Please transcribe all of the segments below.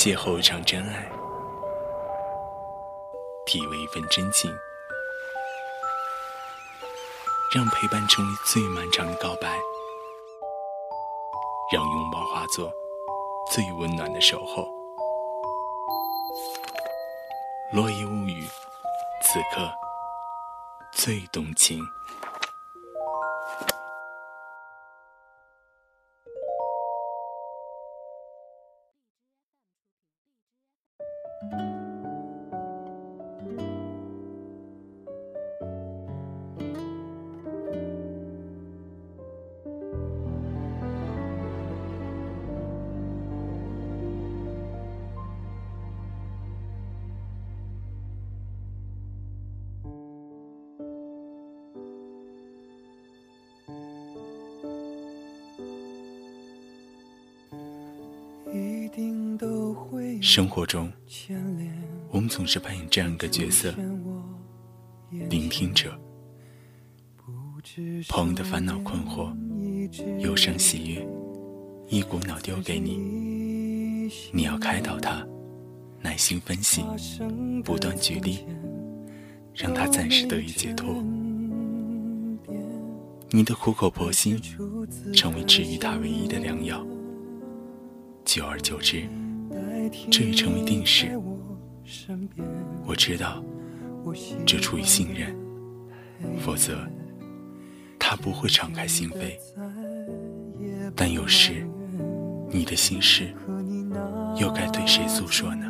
邂逅一场真爱，体味一份真情，让陪伴成为最漫长的告白，让拥抱化作最温暖的守候。落叶物语，此刻最动情。生活中，我们总是扮演这样一个角色，聆听者，朋友的烦恼困惑、忧伤喜悦，一股脑丢给你，你要开导他，耐心分析，不断举例，让他暂时得以解脱。你的苦口婆心成为治愈他唯一的良药，久而久之，这已成为定式。我知道这出于信任，否则他不会敞开心扉。但有时你的心事又该对谁诉说呢？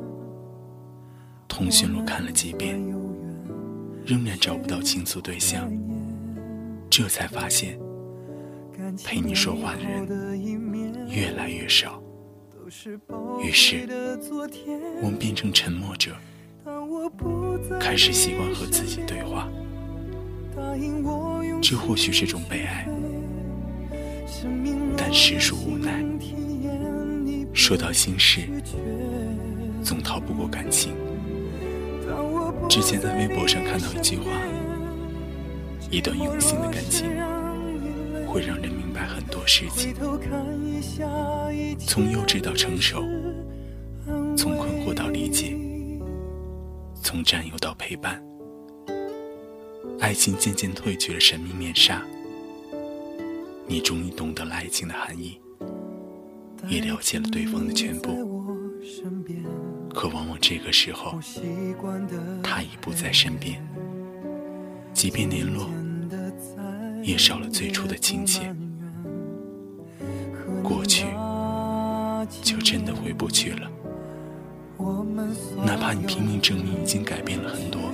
通讯录看了几遍，仍然找不到倾诉对象，这才发现陪你说话的人越来越少。于是我们变成沉默者，开始习惯和自己对话。这或许是种悲哀，但实属无奈。说到心事，总逃不过感情。之前在微博上看到一句话，一段用心的感情会让人明白很多事情，从幼稚到成熟，从困惑到理解，从占有到陪伴。爱情渐渐褪去了神秘面纱，你终于懂得了爱情的含义，也了解了对方的全部。可往往这个时候，他已不在身边，即便联络，也少了最初的亲切。过去就真的回不去了，哪怕你拼命证明已经改变了很多，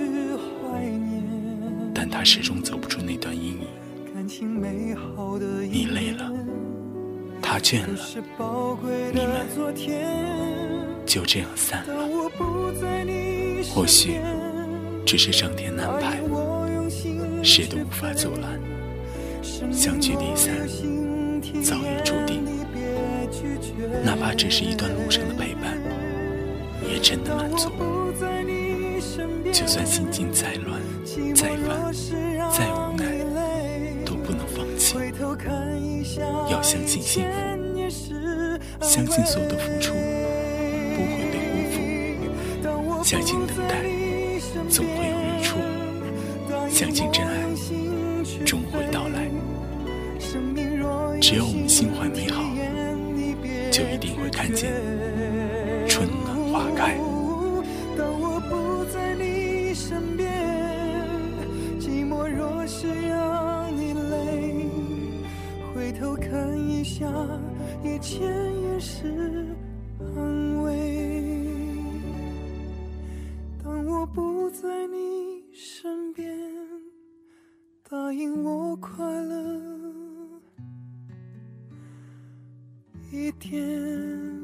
但他始终走不出那段阴影。你累了，他倦了，你们就这样散了。或许只是上天安排，谁都无法阻拦。相聚离散早已注定，哪怕只是一段路上的陪伴，也真的满足。就算心境再乱再烦再无奈，都不能放弃。要相信幸福，相信所有的付出不会被辜负，相信等待总会有日出，相信真爱终会到来。只要我们心怀美好，就一定会看见春暖花开。 当我不在你身边，寂寞若是让你累，回头看一下，一切也是安慰。当我不在你身边，答应我快乐一点。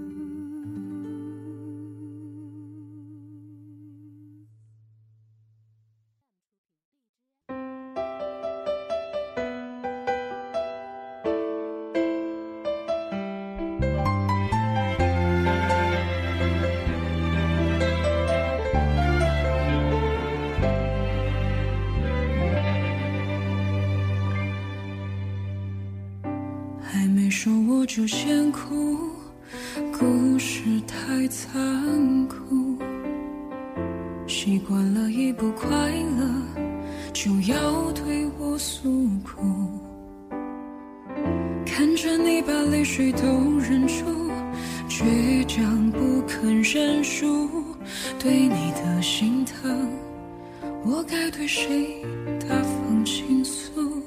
还没说我就先哭， 故事太残酷，习惯了一不快乐就要对我诉苦，看着你把泪水都忍住，倔强不肯认输，对你的心疼我该对谁大方倾诉？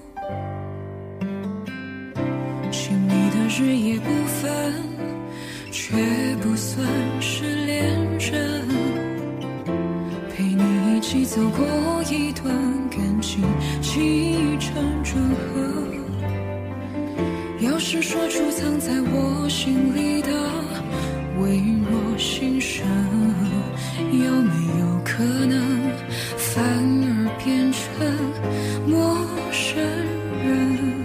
亲密的日夜不分，却不算是恋人，陪你一起走过一段感情起承转合，要是说出藏在我心里的微弱心声，有没有可能反而变成陌生人？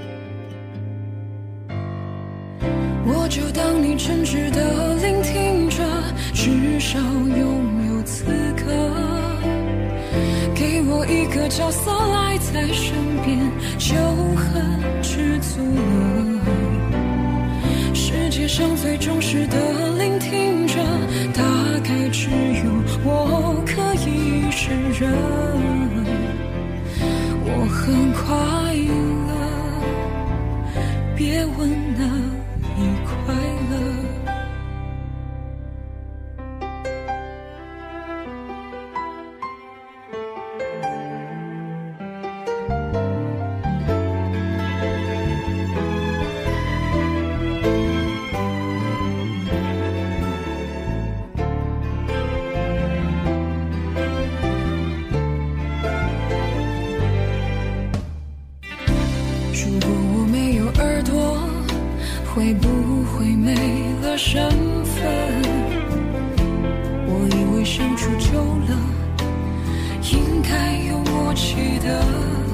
我就当你真挚的聆听着，至少拥有资格给我一个角色赖在身边，就很知足了。世界上最忠实的聆听者，大概只有我可以胜任。我很快乐，别问哪里快乐。如果我没有耳朵，会不会没了身份？我以为相处久了，应该有默契的。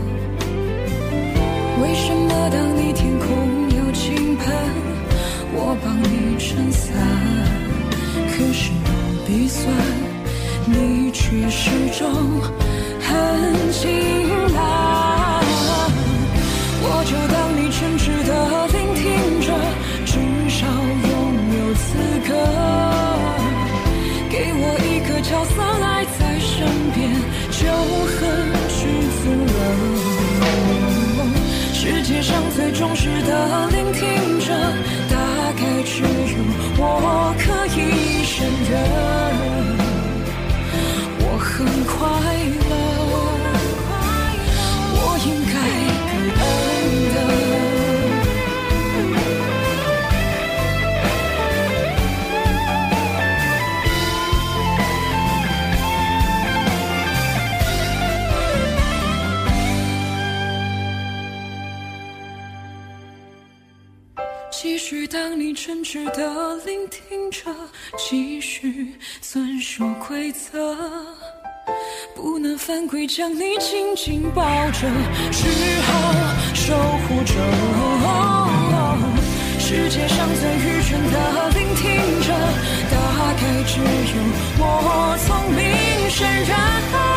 为什么当你天空有倾盆，我帮你撑伞，可是我鼻酸，你却始终很清淡。我就当你真挚的聆听着，至少拥有资格给我一个角色赖在身边，就很知足了。世界上最忠实的聆听者，大概只有我可以胜任。我很快乐，我应该感恩的。继续当你真挚的聆听着，继续遵守规则，不能犯规将你紧紧抱着，只好守护着。世界上最愚蠢的聆听着，大概只有我聪明胜任。